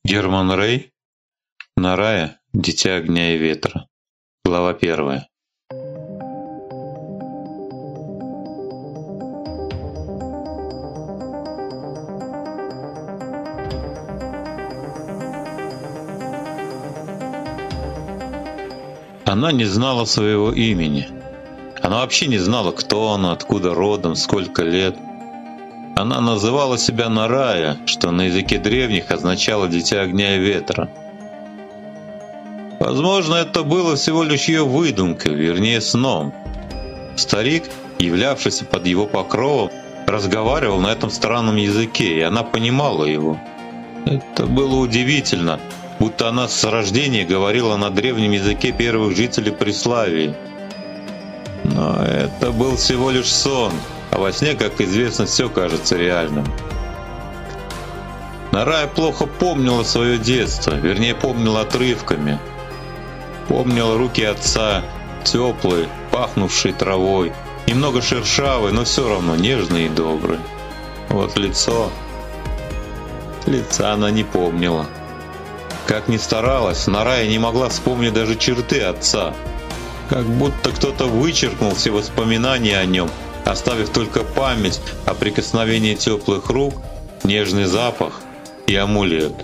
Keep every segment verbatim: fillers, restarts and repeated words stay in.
Герман Рей. Нарая. Дитя огня и ветра. Глава первая. Она не знала своего имени. Она вообще не знала, кто она, откуда родом, сколько лет. Она называла себя Нарая, что на языке древних означало «дитя огня и ветра». Возможно, это было всего лишь ее выдумкой, вернее, сном. Старик, являвшийся под его покровом, разговаривал на этом странном языке, и она понимала его. Это было удивительно, будто она с рождения говорила на древнем языке первых жителей Преславии. Но это был всего лишь сон, а во сне, как известно, все кажется реальным. Нарая плохо помнила свое детство, вернее, помнила отрывками. Помнила руки отца, теплые, пахнувшие травой, немного шершавые, но все равно нежные и добрые. Вот лицо. Лица она не помнила. Как ни старалась, Нарая не могла вспомнить даже черты отца. Как будто кто-то вычеркнул все воспоминания о нем, оставив только память о прикосновении теплых рук, нежный запах и амулет.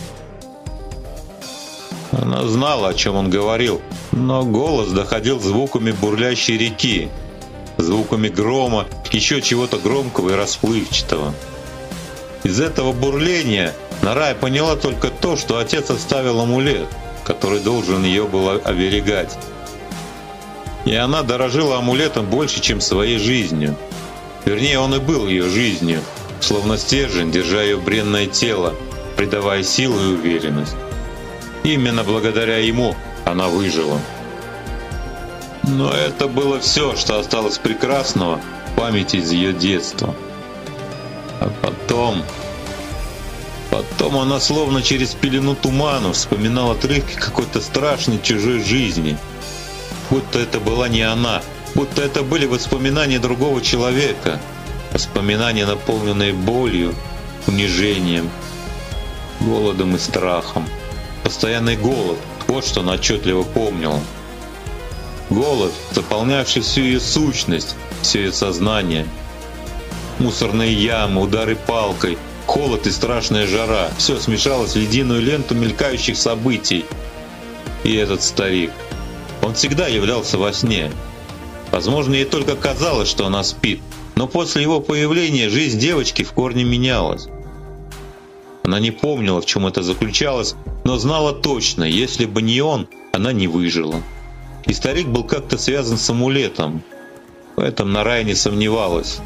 Она знала, о чем он говорил, но голос доходил звуками бурлящей реки, звуками грома, еще чего-то громкого и расплывчатого. Из этого бурления Нарая поняла только то, что отец оставил амулет, который должен ее был оберегать. И она дорожила амулетом больше, чем своей жизнью. Вернее, он и был ее жизнью, словно стержень, держа ее бренное тело, придавая силу и уверенность. Именно благодаря ему она выжила. Но это было все, что осталось прекрасного в памяти из ее детства. А потом... Потом она словно через пелену тумана вспоминала отрывки какой-то страшной чужой жизни. Будто это была не она, будто это были воспоминания другого человека. Воспоминания, наполненные болью, унижением, голодом и страхом. Постоянный голод — вот что она отчетливо помнила. Голод, заполнявший всю ее сущность, все ее сознание. Мусорные ямы, удары палкой, холод и страшная жара — все смешалось в единую ленту мелькающих событий. И этот старик. Он всегда являлся во сне. Возможно, ей только казалось, что она спит, но после его появления жизнь девочки в корне менялась. Она не помнила, в чем это заключалось, но знала точно, если бы не он, она не выжила. И старик был как-то связан с амулетом. В этом Нарая не сомневалась.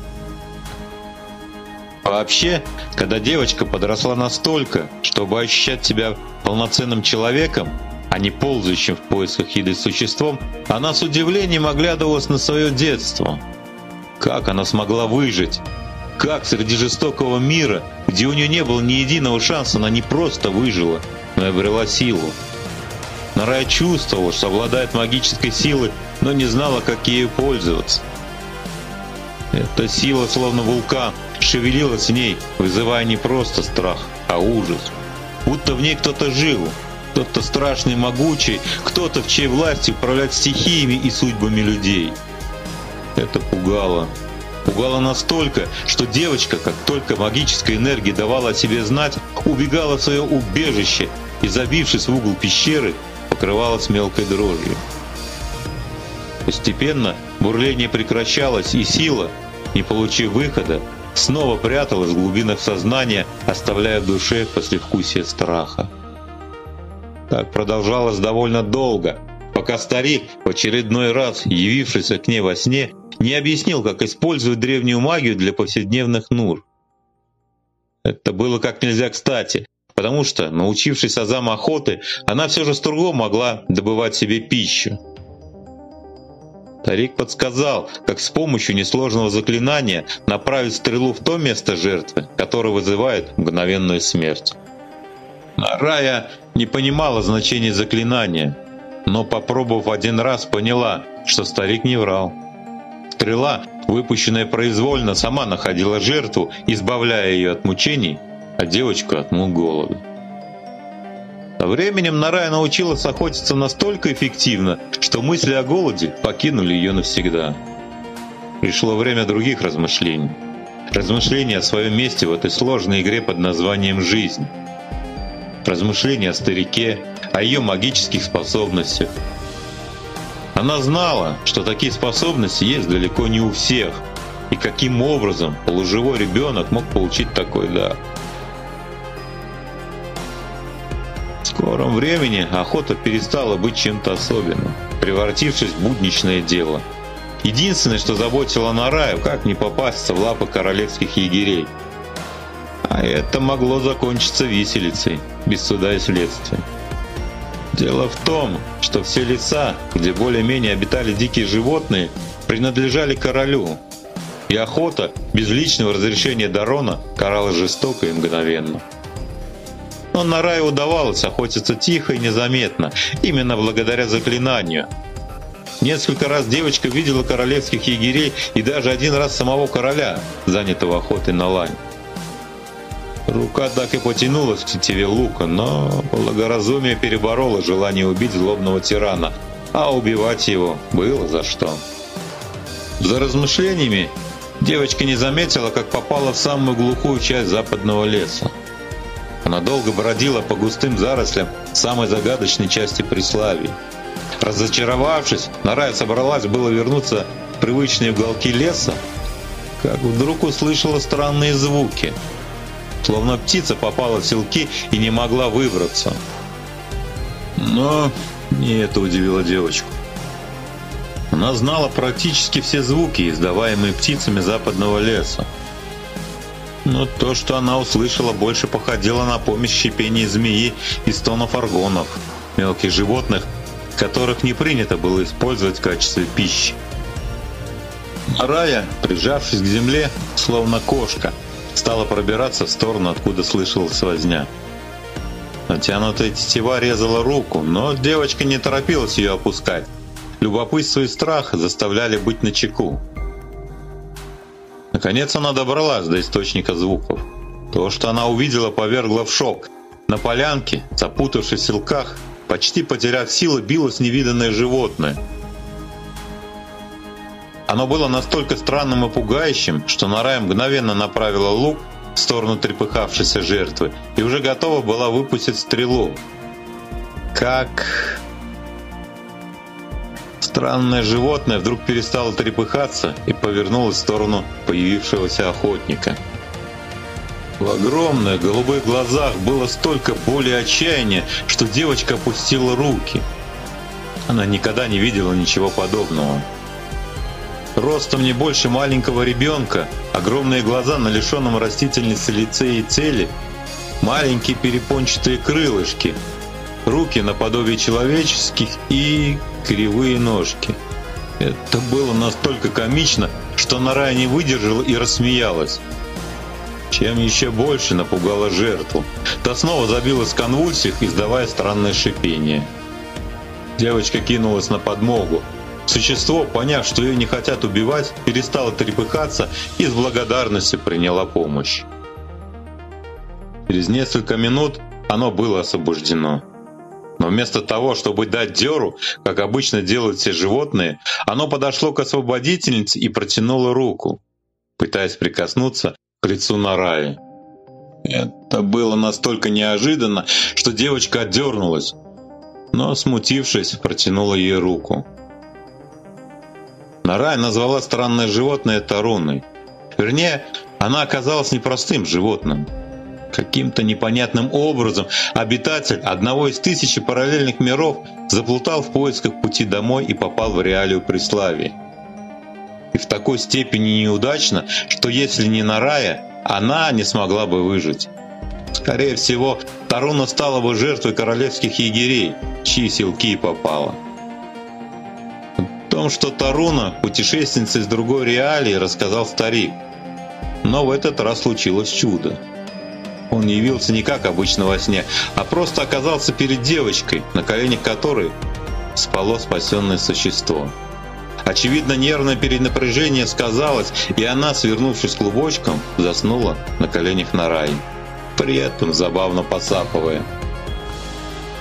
Вообще, когда девочка подросла настолько, чтобы ощущать себя полноценным человеком, а не ползающим в поисках еды существом, она с удивлением оглядывалась на свое детство. Как она смогла выжить? Как среди жестокого мира, где у нее не было ни единого шанса, она не просто выжила, но и обрела силу? Нарая чувствовала, что обладает магической силой, но не знала, как ею пользоваться. Эта сила, словно вулкан, шевелилась в ней, вызывая не просто страх, а ужас. Будто в ней кто-то жил, кто-то страшный и могучий, кто-то, в чьей власти управлять стихиями и судьбами людей. Это пугало. Пугало настолько, что девочка, как только магическая энергия давала о себе знать, убегала в свое убежище и, забившись в угол пещеры, покрывалась мелкой дрожью. Постепенно бурление прекращалось, и сила, не получив выхода, снова пряталась в глубинах сознания, оставляя в душе послевкусие страха. Так продолжалось довольно долго, пока старик, в очередной раз явившийся к ней во сне, не объяснил, как использовать древнюю магию для повседневных нужд. Это было как нельзя кстати, потому что, научившись азам охоты, она все же с трудом могла добывать себе пищу. Старик подсказал, как с помощью несложного заклинания направить стрелу в то место жертвы, которое вызывает мгновенную смерть. Нарая не понимала значения заклинания, но, попробовав один раз, поняла, что старик не врал. Стрела, выпущенная произвольно, сама находила жертву, избавляя ее от мучений, а девочку от мук голода. Со временем Нарая научилась охотиться настолько эффективно, что мысли о голоде покинули ее навсегда. Пришло время других размышлений. Размышления о своем месте в этой сложной игре под названием «Жизнь». Размышления о старике, о ее магических способностях. Она знала, что такие способности есть далеко не у всех, и каким образом полуживой ребенок мог получить такой дар. В скором времени охота перестала быть чем-то особенным, превратившись в будничное дело. Единственное, что заботило Нараю, как не попасться в лапы королевских егерей. А это могло закончиться виселицей, без суда и следствия. Дело в том, что все леса, где более-менее обитали дикие животные, принадлежали королю, и охота без личного разрешения Дарона каралась жестоко и мгновенно. Но Нарае удавалось охотиться тихо и незаметно, именно благодаря заклинанию. Несколько раз девочка видела королевских егерей и даже один раз самого короля, занятого охотой на лань. Рука так и потянулась к тетиве лука, но благоразумие перебороло желание убить злобного тирана, а убивать его было за что. За размышлениями девочка не заметила, как попала в самую глухую часть западного леса. Она долго бродила по густым зарослям самой загадочной части Преславии. Разочаровавшись, Нарая собралась было вернуться в привычные уголки леса, как вдруг услышала странные звуки. Словно птица попала в селки и не могла выбраться. Но не это удивило девочку. Она знала практически все звуки, издаваемые птицами западного леса. Но то, что она услышала, больше походило на помесь шипения змеи и стонов аргонов, мелких животных, которых не принято было использовать в качестве пищи. Нарая, прижавшись к земле, словно кошка, стала пробираться в сторону, откуда слышалась возня. Натянутая тетива резала руку, но девочка не торопилась ее опускать. Любопытство и страх заставляли быть начеку. Наконец она добралась до источника звуков. То, что она увидела, повергло в шок. На полянке, запутавшись в селках, почти потеряв силы, билось невиданное животное. Оно было настолько странным и пугающим, что Нарая мгновенно направила лук в сторону трепыхавшейся жертвы и уже готова была выпустить стрелу. Как... Странное животное вдруг перестало трепыхаться и повернулось в сторону появившегося охотника. В огромных голубых глазах было столько боли и отчаяния, что девочка опустила руки. Она никогда не видела ничего подобного. Ростом не больше маленького ребенка, огромные глаза на лишенном растительности лице и цели, маленькие перепончатые крылышки, руки наподобие человеческих и кривые ножки. Это было настолько комично, что Нарая не выдержала и рассмеялась. Чем еще больше напугала жертву. Та снова забилась в конвульсиях, издавая странное шипение. Девочка кинулась на подмогу. Существо, поняв, что ее не хотят убивать, перестало трепыхаться и с благодарностью приняло помощь. Через несколько минут оно было освобождено. Но вместо того, чтобы дать дёру, как обычно делают все животные, оно подошло к освободительнице и протянуло руку, пытаясь прикоснуться к лицу Нараи. Это было настолько неожиданно, что девочка отдернулась, но, смутившись, протянула ей руку. Нарая назвала странное животное Таруной. Вернее, она оказалась непростым животным. Каким-то непонятным образом обитатель одного из тысячи параллельных миров заплутал в поисках пути домой и попал в реалию Преславии. И в такой степени неудачно, что если не Нарая, она не смогла бы выжить. Скорее всего, Таруна стала бы жертвой королевских егерей, чьи селки и попала. О том, что Таруна – путешественница из другой реалии, рассказал старик. Но в этот раз случилось чудо. Он явился не как обычно во сне, а просто оказался перед девочкой, на коленях которой спало спасенное существо. Очевидно, нервное перенапряжение сказалось, и она, свернувшись клубочком, заснула на коленях Нараи, при этом забавно посапывая.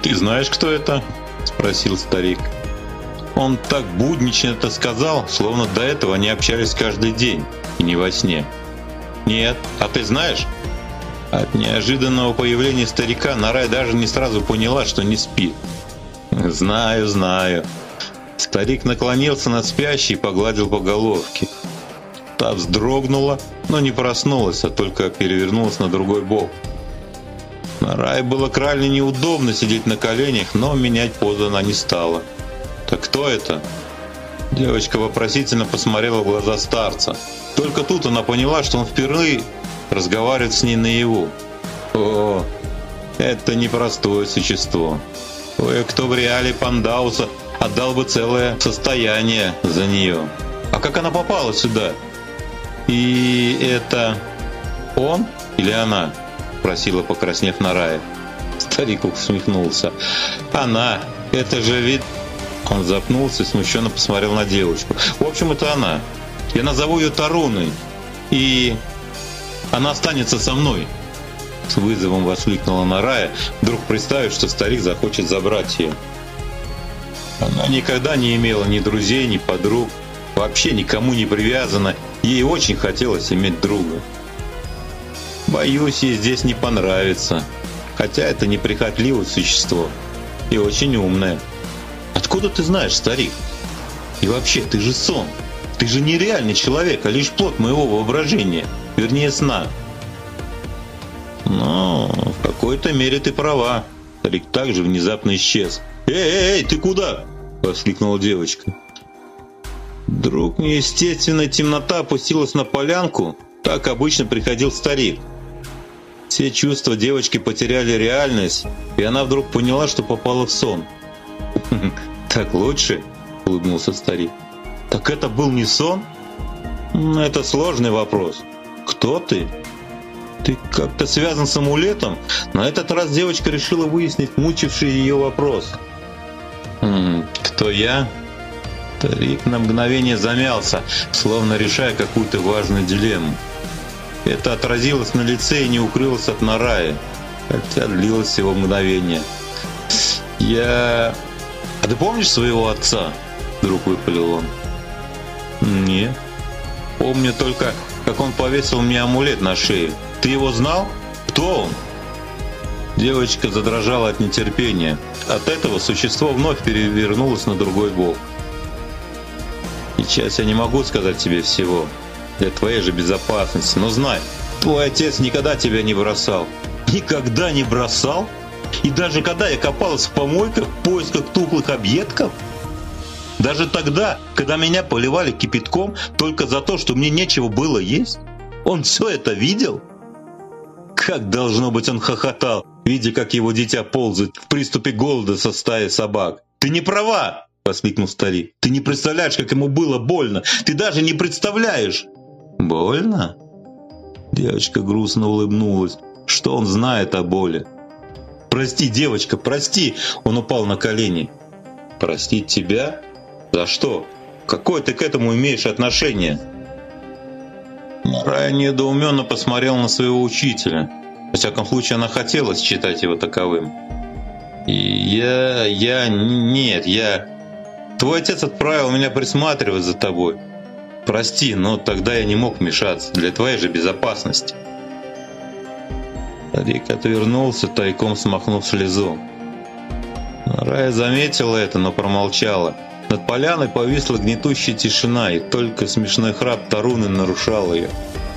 «Ты знаешь, кто это?» – спросил старик. Он так буднично это сказал, словно до этого они общались каждый день, и не во сне. «Нет, а ты знаешь?» От неожиданного появления старика Нарая даже не сразу поняла, что не спит. «Знаю, знаю». Старик наклонился над спящей и погладил по головке. Та вздрогнула, но не проснулась, а только перевернулась на другой бок. Нарае было крайне неудобно сидеть на коленях, но менять позу она не стала. «Так кто это?» Девочка вопросительно посмотрела в глаза старца. Только тут она поняла, что он впервые разговаривает с ней наяву. О, это непростое существо. Кое-кто в реале Пандауса отдал бы целое состояние за нее. А как она попала сюда? И это он или она? Спросила, покраснев Нарая. Старик усмехнулся. Она, это же ведь... Он запнулся и смущенно посмотрел на девочку. В общем, это она. Я назову ее Таруной. И она останется со мной. С вызовом воскликнула Нарая, вдруг представив, что старик захочет забрать ее. Она никогда не имела ни друзей, ни подруг. Вообще никому не привязана. Ей очень хотелось иметь друга. Боюсь, ей здесь не понравится. Хотя это неприхотливое существо. И очень умное. Откуда ты знаешь, старик? И вообще, ты же сон. Ты же не реальный человек, а лишь плод моего воображения. Вернее, сна. Но в какой-то мере ты права. Старик также внезапно исчез. «Эй, эй, эй, ты куда?» – воскликнула девочка. Вдруг неестественная темнота опустилась на полянку. Так обычно приходил старик. Все чувства девочки потеряли реальность, и она вдруг поняла, что попала в сон. «Так лучше?» – улыбнулся старик. «Так это был не сон?» «Это сложный вопрос. Кто ты?» «Ты как-то связан с амулетом?» На этот раз девочка решила выяснить мучивший ее вопрос. «Кто я?» Старик на мгновение замялся, словно решая какую-то важную дилемму. Это отразилось на лице и не укрылось от Нараи, хотя длилось всего мгновение. «Я... А ты помнишь своего отца?» Вдруг выпалил он. «Нет. Помню только, как он повесил мне амулет на шею. Ты его знал? Кто он?» Девочка задрожала от нетерпения. От этого существо вновь перевернулось на другой бок. «Сейчас я не могу сказать тебе всего. Для твоей же безопасности. Но знай, твой отец никогда тебя не бросал». «Никогда не бросал? И даже когда я копалась в помойках в поисках тухлых объедков? Даже тогда, когда меня поливали кипятком только за то, что мне нечего было есть? Он все это видел?» Как, должно быть, он хохотал, видя, как его дитя ползает в приступе голода со стаей собак. «Ты не права!» — воскликнул старик. «Ты не представляешь, как ему было больно! Ты даже не представляешь!» «Больно?» Девочка грустно улыбнулась. Что он знает о боли? «Прости, девочка, прости!» Он упал на колени. «Простить тебя? За что? Какое ты к этому имеешь отношение?» Нарая недоуменно посмотрела на своего учителя. Во всяком случае, она хотела считать его таковым. И я... я... нет, я... Твой отец отправил меня присматривать за тобой. Прости, но тогда я не мог вмешаться. Для твоей же безопасности. Старик отвернулся, тайком смахнув слезу. Нарая заметила это, но промолчала. Над поляной повисла гнетущая тишина, и только смешной храп Таруны нарушал ее.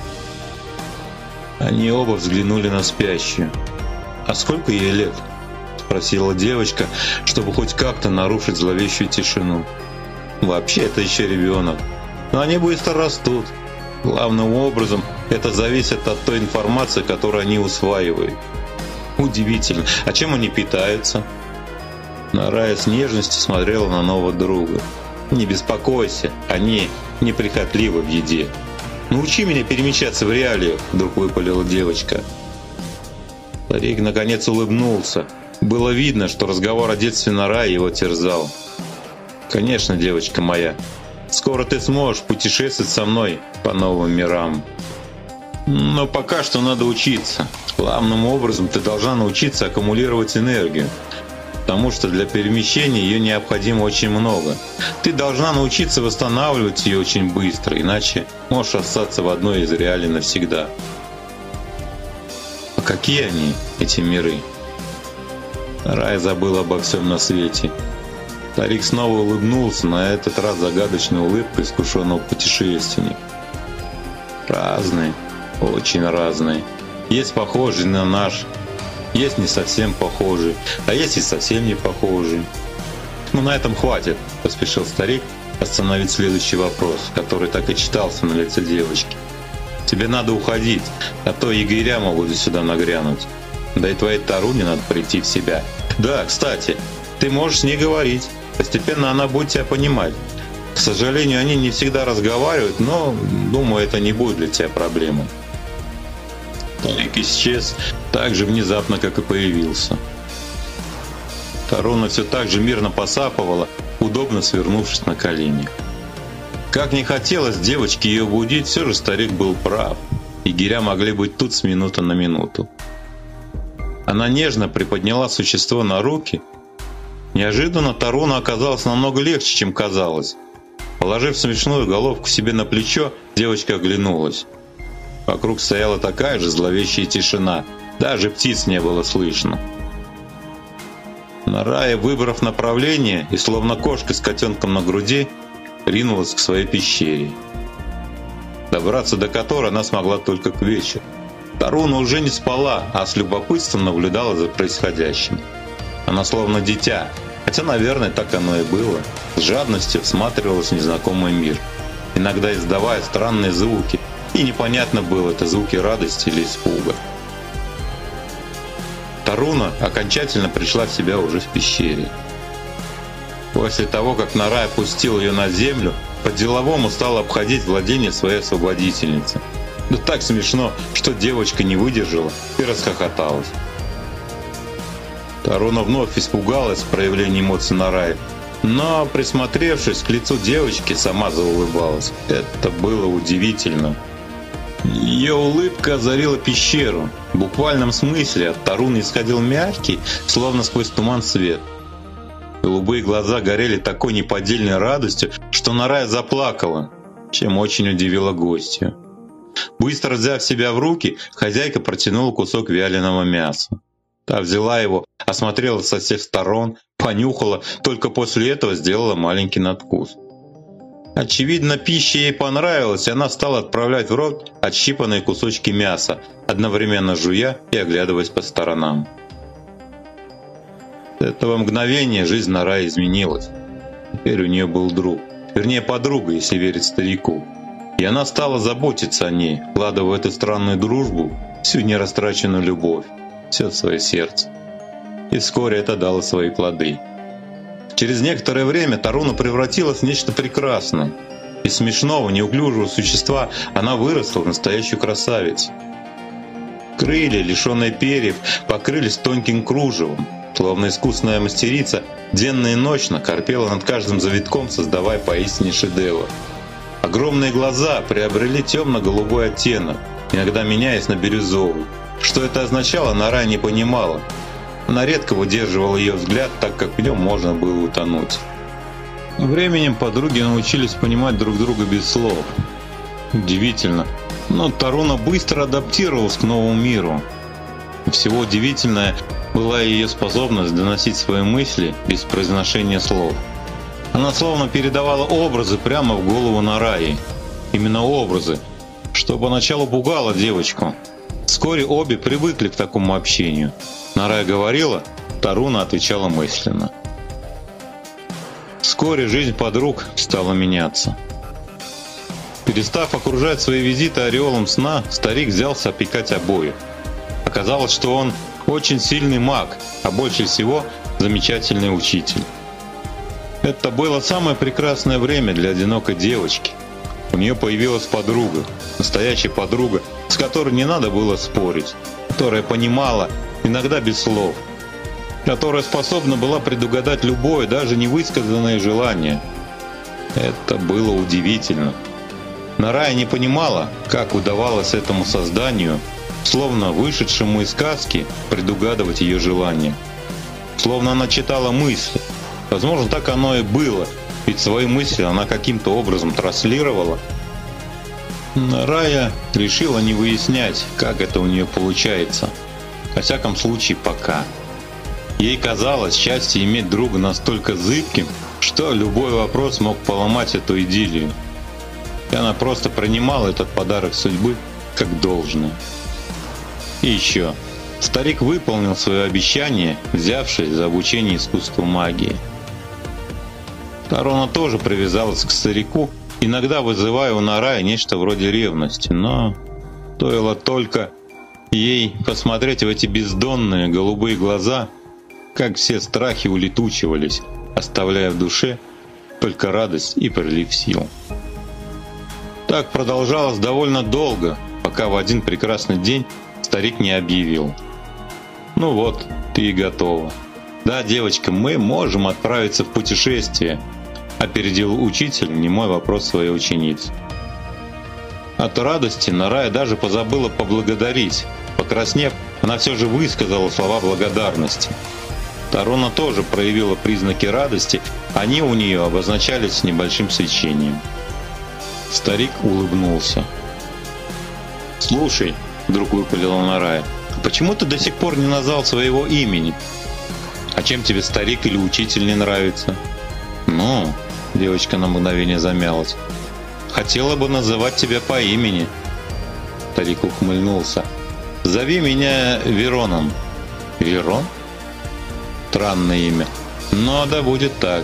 Они оба взглянули на спящую. «А сколько ей лет?» – спросила девочка, чтобы хоть как-то нарушить зловещую тишину. «Вообще, это еще ребенок. Но они быстро растут. Главным образом, это зависит от той информации, которую они усваивают. Удивительно. А чем они питаются?» Нарая с нежностью смотрела на нового друга. «Не беспокойся, они неприхотливы в еде. Научи меня перемещаться в реалиях», — вдруг выпалила девочка. Старик наконец улыбнулся. Было видно, что разговор о детстве Нараи его терзал. «Конечно, девочка моя, скоро ты сможешь путешествовать со мной по новым мирам. Но пока что надо учиться. Главным образом ты должна научиться аккумулировать энергию. потому что для перемещения ее необходимо очень много. Ты должна научиться восстанавливать ее очень быстро, иначе можешь остаться в одной из реалий навсегда. А какие они, эти миры? Рай забыл обо всем на свете. Старик снова улыбнулся, на этот раз загадочной улыбкой искушенного путешественника. Разные, очень разные. Есть похожие на наш, есть не совсем похожие, а есть и совсем не похожие. Ну на этом хватит, поспешил старик остановить следующий вопрос, который так и читался на лице девочки. Тебе надо уходить, а то егеря могут сюда нагрянуть. Да и твоей Таруне надо прийти в себя. Да, кстати, ты можешь с ней говорить. Постепенно она будет тебя понимать. К сожалению, они не всегда разговаривают, но, думаю, это не будет для тебя проблемой. Старик исчез так же внезапно, как и появился. Таруна все так же мирно посапывала, удобно свернувшись на колени. Как не хотелось девочке ее будить, все же старик был прав. Егеря могли быть тут с минуты на минуту. Она нежно приподняла существо на руки. Неожиданно Таруна оказалась намного легче, чем казалось. Положив смешную головку себе на плечо, девочка оглянулась. Вокруг стояла такая же зловещая тишина, даже птиц не было слышно. Нарая, выбрав направление и словно кошка с котенком на груди, ринулась к своей пещере, добраться до которой она смогла только к вечеру. Таруна уже не спала, а с любопытством наблюдала за происходящим. Она словно дитя, хотя, наверное, так оно и было, с жадностью всматривалась в незнакомый мир, иногда издавая странные звуки, и непонятно было, это звуки радости или испуга. Таруна окончательно пришла в себя уже в пещере. После того, как Нарай опустил ее на землю, по-деловому стала обходить владение своей освободительницы. Да так смешно, что девочка не выдержала и расхохоталась. Таруна вновь испугалась проявления эмоций Нараи, но, присмотревшись к лицу девочки, сама заулыбалась. Это было удивительно. Ее улыбка озарила пещеру. В буквальном смысле от Таруны исходил мягкий, словно сквозь туман, свет. Голубые глаза горели такой неподдельной радостью, что Нарая заплакала, чем очень удивила гостью. Быстро взяв себя в руки, хозяйка протянула кусок вяленого мяса. Та взяла его, осмотрела со всех сторон, понюхала, только после этого сделала маленький надкус. Очевидно, пища ей понравилась, и она стала отправлять в рот отщипанные кусочки мяса, одновременно жуя и оглядываясь по сторонам. С этого мгновения жизнь Нараи изменилась. Теперь у нее был друг, вернее подруга, если верить старику. И она стала заботиться о ней, вкладывая в эту странную дружбу всю нерастраченную любовь, все свое сердце. И вскоре это дало свои плоды. Через некоторое время Таруна превратилась в нечто прекрасное. Из смешного, неуклюжего существа она выросла в настоящую красавицу. Крылья, лишенные перьев, покрылись тонким кружевом. Словно искусная мастерица, денно и ночно корпела над каждым завитком, создавая поистине шедевр. Огромные глаза приобрели темно-голубой оттенок, иногда меняясь на бирюзовый. Что это означало, Нарая не понимала. Она редко выдерживала ее взгляд, так как в нем можно было утонуть. Временем подруги научились понимать друг друга без слов. Удивительно, но Таруна быстро адаптировалась к новому миру. И всего удивительное была ее способность доносить свои мысли без произношения слов. Она словно передавала образы прямо в голову Нараи. Именно образы, что поначалу пугало девочку. Вскоре обе привыкли к такому общению. Нарая говорила, Таруна отвечала мысленно. Вскоре жизнь подруг стала меняться. Перестав окружать свои визиты ореолом сна, старик взялся опекать обоих. Оказалось, что он очень сильный маг, а больше всего замечательный учитель. Это было самое прекрасное время для одинокой девочки. У нее появилась подруга, настоящая подруга, с которой не надо было спорить, которая понимала, иногда без слов, которая способна была предугадать любое, даже невысказанное желание. Это было удивительно. Нарая не понимала, как удавалось этому созданию, словно вышедшему из сказки, предугадывать ее желания. словно она читала мысли. Возможно, так оно и было, ведь свои мысли она каким-то образом транслировала. Нарая решила не выяснять, как это у нее получается. Во всяком случае, пока. Ей казалось счастье иметь друга настолько зыбким, что любой вопрос мог поломать эту идиллию. И она просто принимала этот подарок судьбы как должное. И еще. Старик выполнил свое обещание, взявшись за обучение искусству магии. Тарона тоже привязалась к старику, иногда вызывая у Нарая нечто вроде ревности, но стоило только ей посмотреть в эти бездонные голубые глаза, как все страхи улетучивались, оставляя в душе только радость и прилив сил. Так продолжалось довольно долго, пока в один прекрасный день старик не объявил: «Ну вот, ты и готова. Да, девочка, мы можем отправиться в путешествие», — опередил учитель немой вопрос своей ученицы. От радости Нарая даже позабыла поблагодарить. Покраснев, она все же высказала слова благодарности. Тарона тоже проявила признаки радости, они у нее обозначались с небольшим свечением. Старик улыбнулся. «Слушай», — вдруг выпалила Нарая, — «почему ты до сих пор не назвал своего имени? А чем тебе старик или учитель не нравится?» «Ну», — девочка на мгновение замялась, — «хотела бы называть тебя по имени». Старик ухмыльнулся. «Зови меня Вероном». «Верон?» Странное имя. Но да будет так.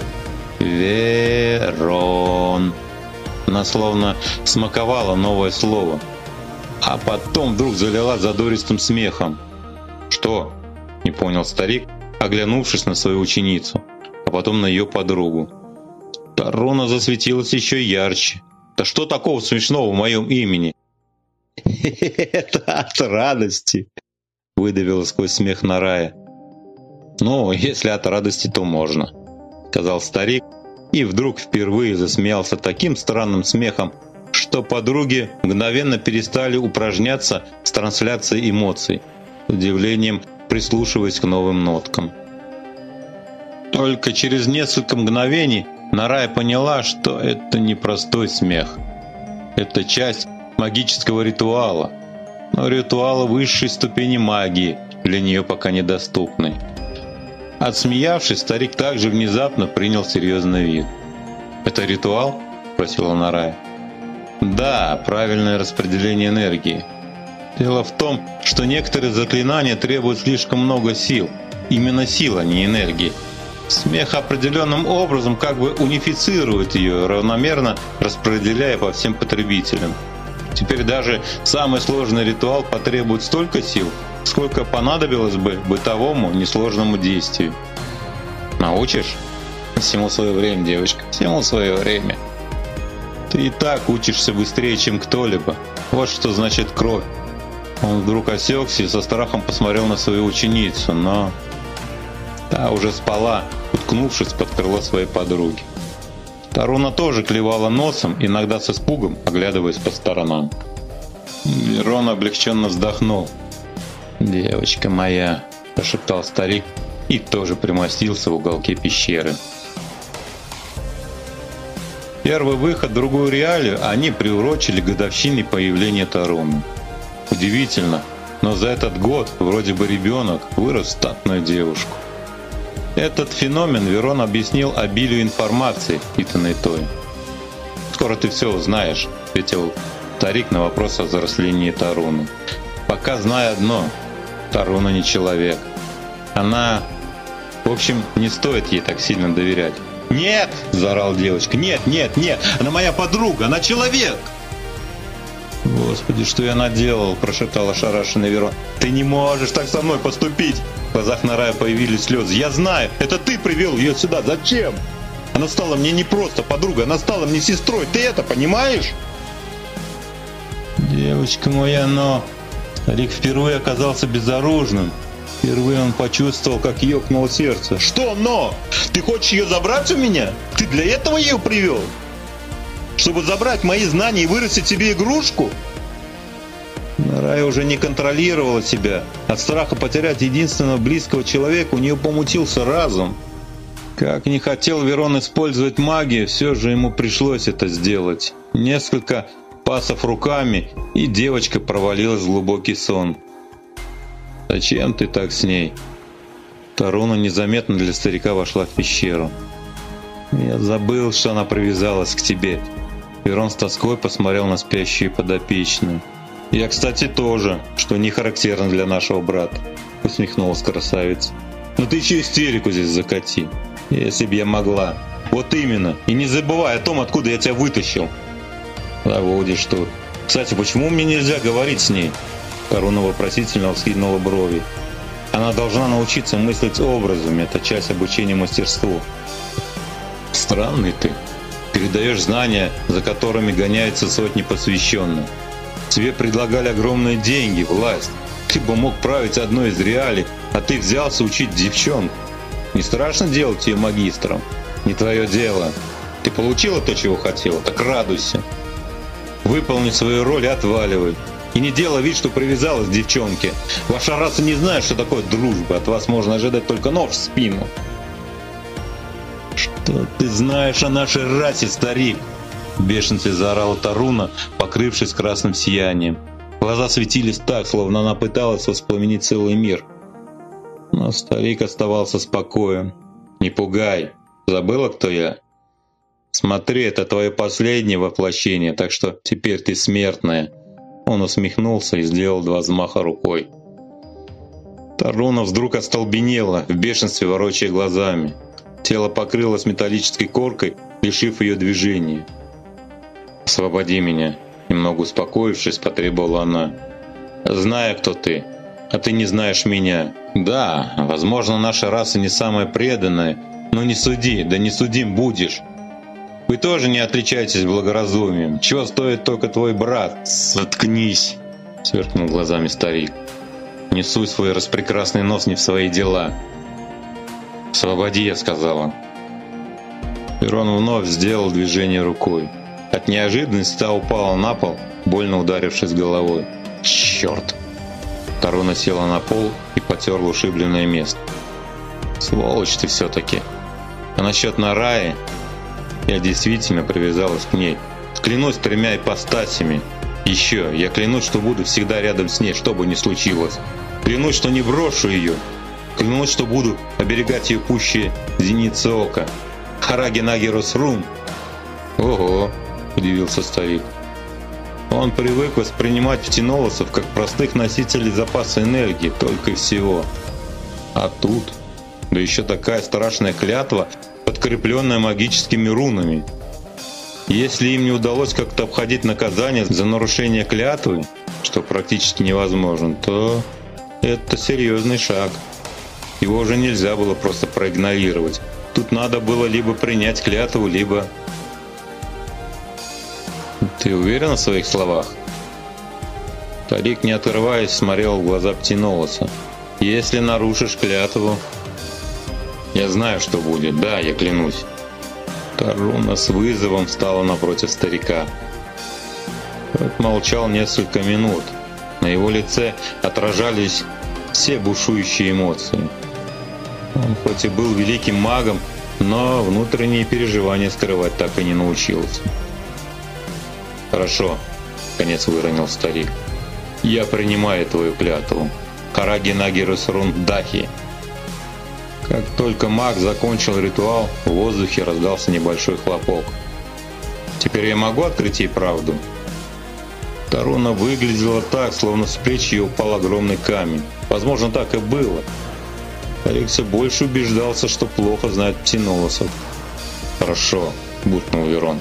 Верон. Она словно смаковала новое слово. А потом вдруг залила задористым смехом. «Что?» — не понял старик, оглянувшись на свою ученицу, а потом на ее подругу. Тарона засветилась еще ярче. «Да что такого смешного в моем имени?» «Это от радости!» — выдавила сквозь смех Нарая. «Ну, если от радости, то можно», — сказал старик, и вдруг впервые засмеялся таким странным смехом, что подруги мгновенно перестали упражняться с трансляцией эмоций, с удивлением прислушиваясь к новым ноткам. Только через несколько мгновений Нарая поняла, что это не простой смех. Это часть магического ритуала, но ритуала высшей ступени магии, для нее пока недоступной. Отсмеявшись, старик также внезапно принял серьезный вид. «Это ритуал?» – спросила Нарая. «Да, правильное распределение энергии. Дело в том, что некоторые заклинания требуют слишком много сил. Именно сил, а не энергии. Смех определенным образом как бы унифицирует ее, равномерно распределяя по всем потребителям. Теперь даже самый сложный ритуал потребует столько сил, сколько понадобилось бы бытовому несложному действию. Научишь? Всему свое время, девочка, всему свое время. Ты и так учишься быстрее, чем кто-либо. Вот что значит кровь». Он вдруг осекся и со страхом посмотрел на свою ученицу, но та уже спала, уткнувшись под крыло своей подруги. Тарона тоже клевала носом, иногда с испугом, оглядываясь по сторонам. Верон облегченно вздохнул. «Девочка моя», – прошептал старик и тоже примостился в уголке пещеры. Первый выход в другую реалию они приурочили к годовщине появления Тароны. Удивительно, но за этот год вроде бы ребенок вырос в статную девушку. Этот феномен Верон объяснил обилию информации, впитанной той. «Скоро ты все узнаешь», – ответил старик на вопрос о взрослении Тароны. «Пока знаю одно – Тарона не человек. Она... В общем, не стоит ей так сильно доверять». «Нет!» – заорала девочка. «Нет, нет, нет! Она моя подруга! Она человек!» «Господи, что я наделал?» – прошептал ошарашенный Верон. «Ты не можешь так со мной поступить!» В глазах Нарая появились слезы. «Я знаю! Это ты привел ее сюда! Зачем? Она стала мне не просто подругой, она стала мне сестрой! Ты это понимаешь?» «Девочка моя, но...» Старик впервые оказался безоружным. Впервые он почувствовал, как ёкнуло сердце. «Что «но»? Ты хочешь ее забрать у меня? Ты для этого ее привел? Чтобы забрать мои знания и вырастить себе игрушку?» Рая уже не контролировала себя. От страха потерять единственного близкого человека у нее помутился разум. Как не хотел Верон использовать магию, все же ему пришлось это сделать. Несколько пасов руками, и девочка провалилась в глубокий сон. «Зачем ты так с ней?» Таруна незаметно для старика вошла в пещеру. «Я забыл, что она привязалась к тебе». Верон с тоской посмотрел на спящую подопечную. «Я, кстати, тоже, что не характерно для нашего брата», — усмехнулась красавица. «Но ты еще истерику здесь закати. Если б я могла. Вот именно. И не забывай о том, откуда я тебя вытащил». «Заводишь тут. Кстати, почему мне нельзя говорить с ней?» Таруна вопросительно вскинула брови. «Она должна научиться мыслить образами. Это часть обучения мастерству». «Странный ты. Передаешь знания, за которыми гоняются сотни посвященных. Тебе предлагали огромные деньги, власть. Ты бы мог править одной из реалий, а ты взялся учить девчонку. Не страшно делать ее магистром? Не твое дело. Ты получила то, чего хотела? Так радуйся. Выполни свою роль и отваливай. И не делай вид, что привязалась к девчонке. Ваша раса не знает, что такое дружба. От вас можно ожидать только нож в спину». «Что ты знаешь о нашей расе, старик?» В бешенстве заорала Таруна, покрывшись красным сиянием. Глаза светились так, словно она пыталась воспламенить целый мир. Но старик оставался спокоен. «Не пугай. Забыла, кто я? Смотри, это твое последнее воплощение, так что теперь ты смертная». Он усмехнулся и сделал два взмаха рукой. Таруна вдруг остолбенела, в бешенстве ворочая глазами. Тело покрылось металлической коркой, лишив ее движения. «Освободи меня», — немного успокоившись, потребовала она. «Знаю, кто ты, а ты не знаешь меня. Да, возможно, наша раса не самая преданная, но не суди, да не судим будешь. Вы тоже не отличаетесь благоразумием. Чего стоит только твой брат?» «Заткнись», — сверкнул глазами старик. «Не суй свой распрекрасный нос не в свои дела». «Освободи», — я сказала. Верон вновь сделал движение рукой. От неожиданности та упала на пол, больно ударившись головой. «Черт!» Таруна села на пол и потерла ушибленное место. «Сволочь ты все-таки! А насчет Нараи? Я действительно привязалась к ней. Клянусь тремя ипостасями. Еще, я клянусь, что буду всегда рядом с ней, что бы ни случилось. Клянусь, что не брошу ее. Клянусь, что буду оберегать ее пуще зеницы ока. Хараги Наги Росрун!» «Ого!» – удивился старик. Он привык воспринимать птенолосов как простых носителей запаса энергии, только и всего. А тут, да еще такая страшная клятва, подкрепленная магическими рунами. Если им не удалось как-то обходить наказание за нарушение клятвы, что практически невозможно, то это серьезный шаг. Его уже нельзя было просто проигнорировать. Тут надо было либо принять клятву, либо... «Ты уверен в своих словах?» Старик, не отрываясь, смотрел в глаза птенолоса. «Если нарушишь клятву...» «Я знаю, что будет. Да, я клянусь». Таруна с вызовом встала напротив старика. Тот молчал несколько минут. На его лице отражались все бушующие эмоции. Он хоть и был великим магом, но внутренние переживания скрывать так и не научился. «Хорошо», — наконец выронил старик. «Я принимаю твою клятву. Хараги Наги Росрун Дахи». Как только маг закончил ритуал, в воздухе раздался небольшой хлопок. «Теперь я могу открыть ей правду?» Таруна выглядела так, словно с плеч ее упал огромный камень. Возможно, так и было. Старик все больше убеждался, что плохо знает птенолосов. «Хорошо», — буркнул Верон.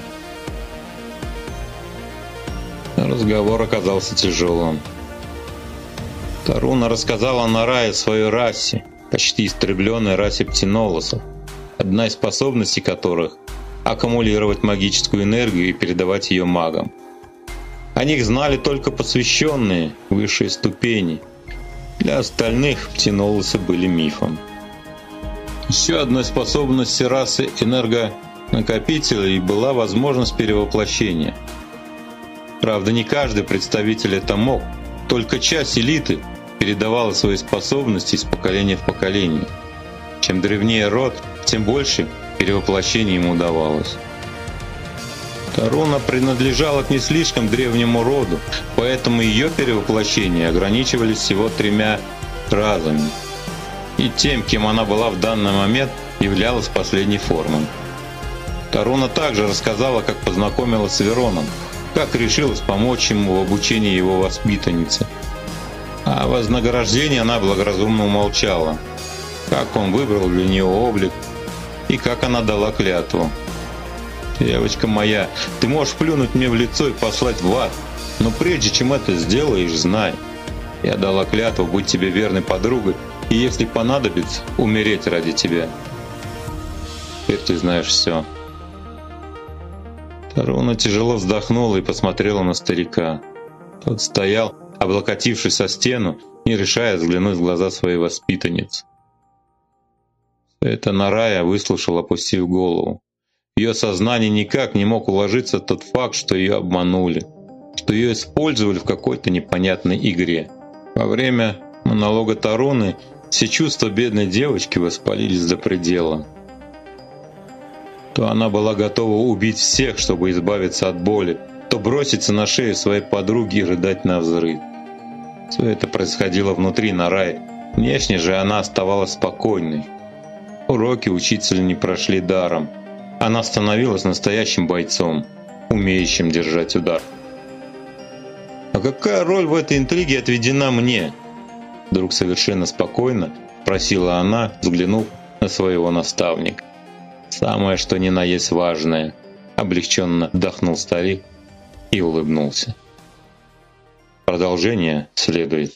Разговор оказался тяжелым. Таруна рассказала Нарае о своей расе, почти истребленной расе птенолосов, одна из способностей которых – аккумулировать магическую энергию и передавать ее магам. О них знали только посвященные, высшие ступени. Для остальных птенолосы были мифом. Еще одной способностью расы энергонакопителей была возможность перевоплощения. Правда, не каждый представитель это мог, Только часть элиты передавала свои способности из поколения в поколение. Чем древнее род, тем больше перевоплощений ему удавалось. Таруна принадлежала к не слишком древнему роду, поэтому ее перевоплощения ограничивались всего тремя разами. И тем, кем она была в данный момент, являлась последней формой. Таруна также рассказала, как познакомилась с Вероном, как решилась помочь ему в обучении его воспитанницы. А о вознаграждении она благоразумно умолчала, как он выбрал для нее облик и как она дала клятву. «Девочка моя, ты можешь плюнуть мне в лицо и послать в ад, но прежде чем это сделаешь, знай, я дала клятву быть тебе верной подругой и, если понадобится, умереть ради тебя. Теперь ты знаешь все». Таруна тяжело вздохнула и посмотрела на старика. Тот стоял, облокотившись о стену, не решая взглянуть в глаза своей воспитанницы. Это Нарая выслушала, опустив голову. В ее сознании никак не мог уложиться тот факт, что ее обманули, что ее использовали в какой-то непонятной игре. Во время монолога Таруны все чувства бедной девочки воспалились до предела. То она была готова убить всех, чтобы избавиться от боли, то броситься на шею своей подруги и рыдать навзрыд. Все это происходило внутри Нараи. Внешне же она оставалась спокойной. Уроки учителя не прошли даром. Она становилась настоящим бойцом, умеющим держать удар. «А какая роль в этой интриге отведена мне?» Вдруг совершенно спокойно спросила она, взглянув на своего наставника. «Самое что ни на есть важное», — облегченно вдохнул старик и улыбнулся. Продолжение следует.